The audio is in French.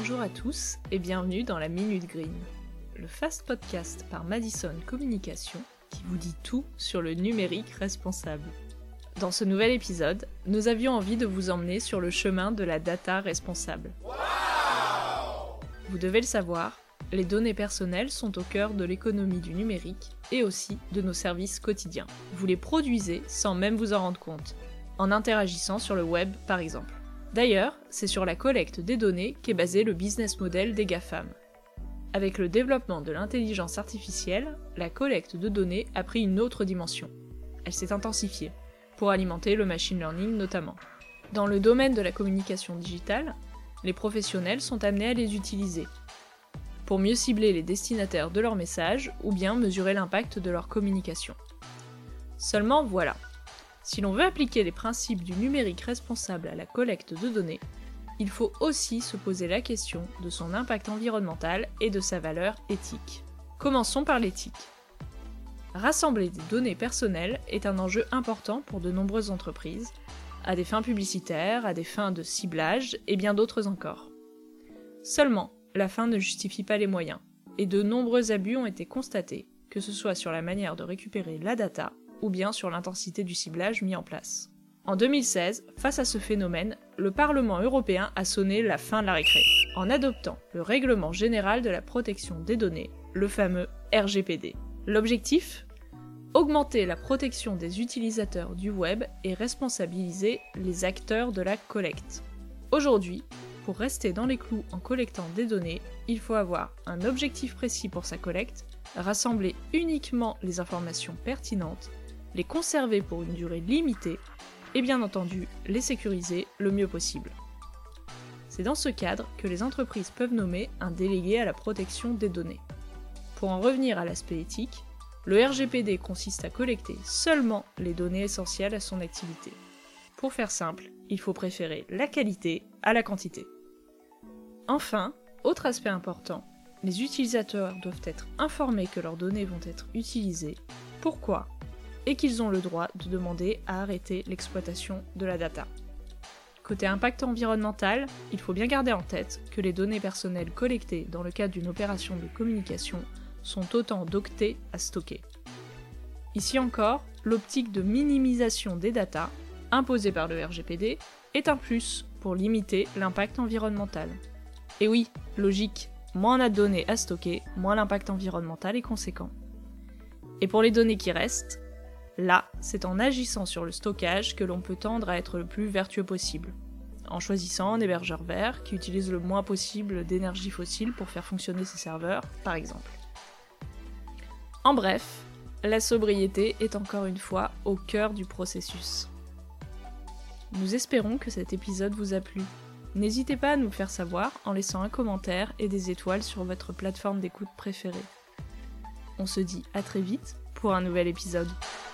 Bonjour à tous et bienvenue dans la Minute Green, le fast podcast par Madison Communication qui vous dit tout sur le numérique responsable. Dans ce nouvel épisode, nous avions envie de vous emmener sur le chemin de la data responsable. Wow! Vous devez le savoir, les données personnelles sont au cœur de l'économie du numérique et aussi de nos services quotidiens. Vous les produisez sans même vous en rendre compte, en interagissant sur le web par exemple. D'ailleurs, c'est sur la collecte des données qu'est basé le business model des GAFAM. Avec le développement de l'intelligence artificielle, la collecte de données a pris une autre dimension. Elle s'est intensifiée, pour alimenter le machine learning notamment. Dans le domaine de la communication digitale, les professionnels sont amenés à les utiliser, pour mieux cibler les destinataires de leurs messages ou bien mesurer l'impact de leur communication. Seulement voilà. Si l'on veut appliquer les principes du numérique responsable à la collecte de données, il faut aussi se poser la question de son impact environnemental et de sa valeur éthique. Commençons par l'éthique. Rassembler des données personnelles est un enjeu important pour de nombreuses entreprises, à des fins publicitaires, à des fins de ciblage et bien d'autres encore. Seulement, la fin ne justifie pas les moyens, et de nombreux abus ont été constatés, que ce soit sur la manière de récupérer la data, ou bien sur l'intensité du ciblage mis en place. En 2016, face à ce phénomène, le Parlement européen a sonné la fin de la récré, en adoptant le Règlement général de la protection des données, le fameux RGPD. L'objectif ? Augmenter la protection des utilisateurs du web et responsabiliser les acteurs de la collecte. Aujourd'hui, pour rester dans les clous en collectant des données, il faut avoir un objectif précis pour sa collecte, rassembler uniquement les informations pertinentes, les conserver pour une durée limitée et bien entendu les sécuriser le mieux possible. C'est dans ce cadre que les entreprises peuvent nommer un délégué à la protection des données. Pour en revenir à l'aspect éthique, le RGPD consiste à collecter seulement les données essentielles à son activité. Pour faire simple, il faut préférer la qualité à la quantité. Enfin, autre aspect important, les utilisateurs doivent être informés que leurs données vont être utilisées, pourquoi, et qu'ils ont le droit de demander à arrêter l'exploitation de la data. Côté impact environnemental, il faut bien garder en tête que les données personnelles collectées dans le cadre d'une opération de communication sont autant d'octets à stocker. Ici encore, l'optique de minimisation des datas, imposée par le RGPD, est un plus pour limiter l'impact environnemental. Et oui, logique, moins on a de données à stocker, moins l'impact environnemental est conséquent. Et pour les données qui restent, là, c'est en agissant sur le stockage que l'on peut tendre à être le plus vertueux possible, en choisissant un hébergeur vert qui utilise le moins possible d'énergie fossile pour faire fonctionner ses serveurs, par exemple. En bref, la sobriété est encore une fois au cœur du processus. Nous espérons que cet épisode vous a plu. N'hésitez pas à nous le faire savoir en laissant un commentaire et des étoiles sur votre plateforme d'écoute préférée. On se dit à très vite pour un nouvel épisode.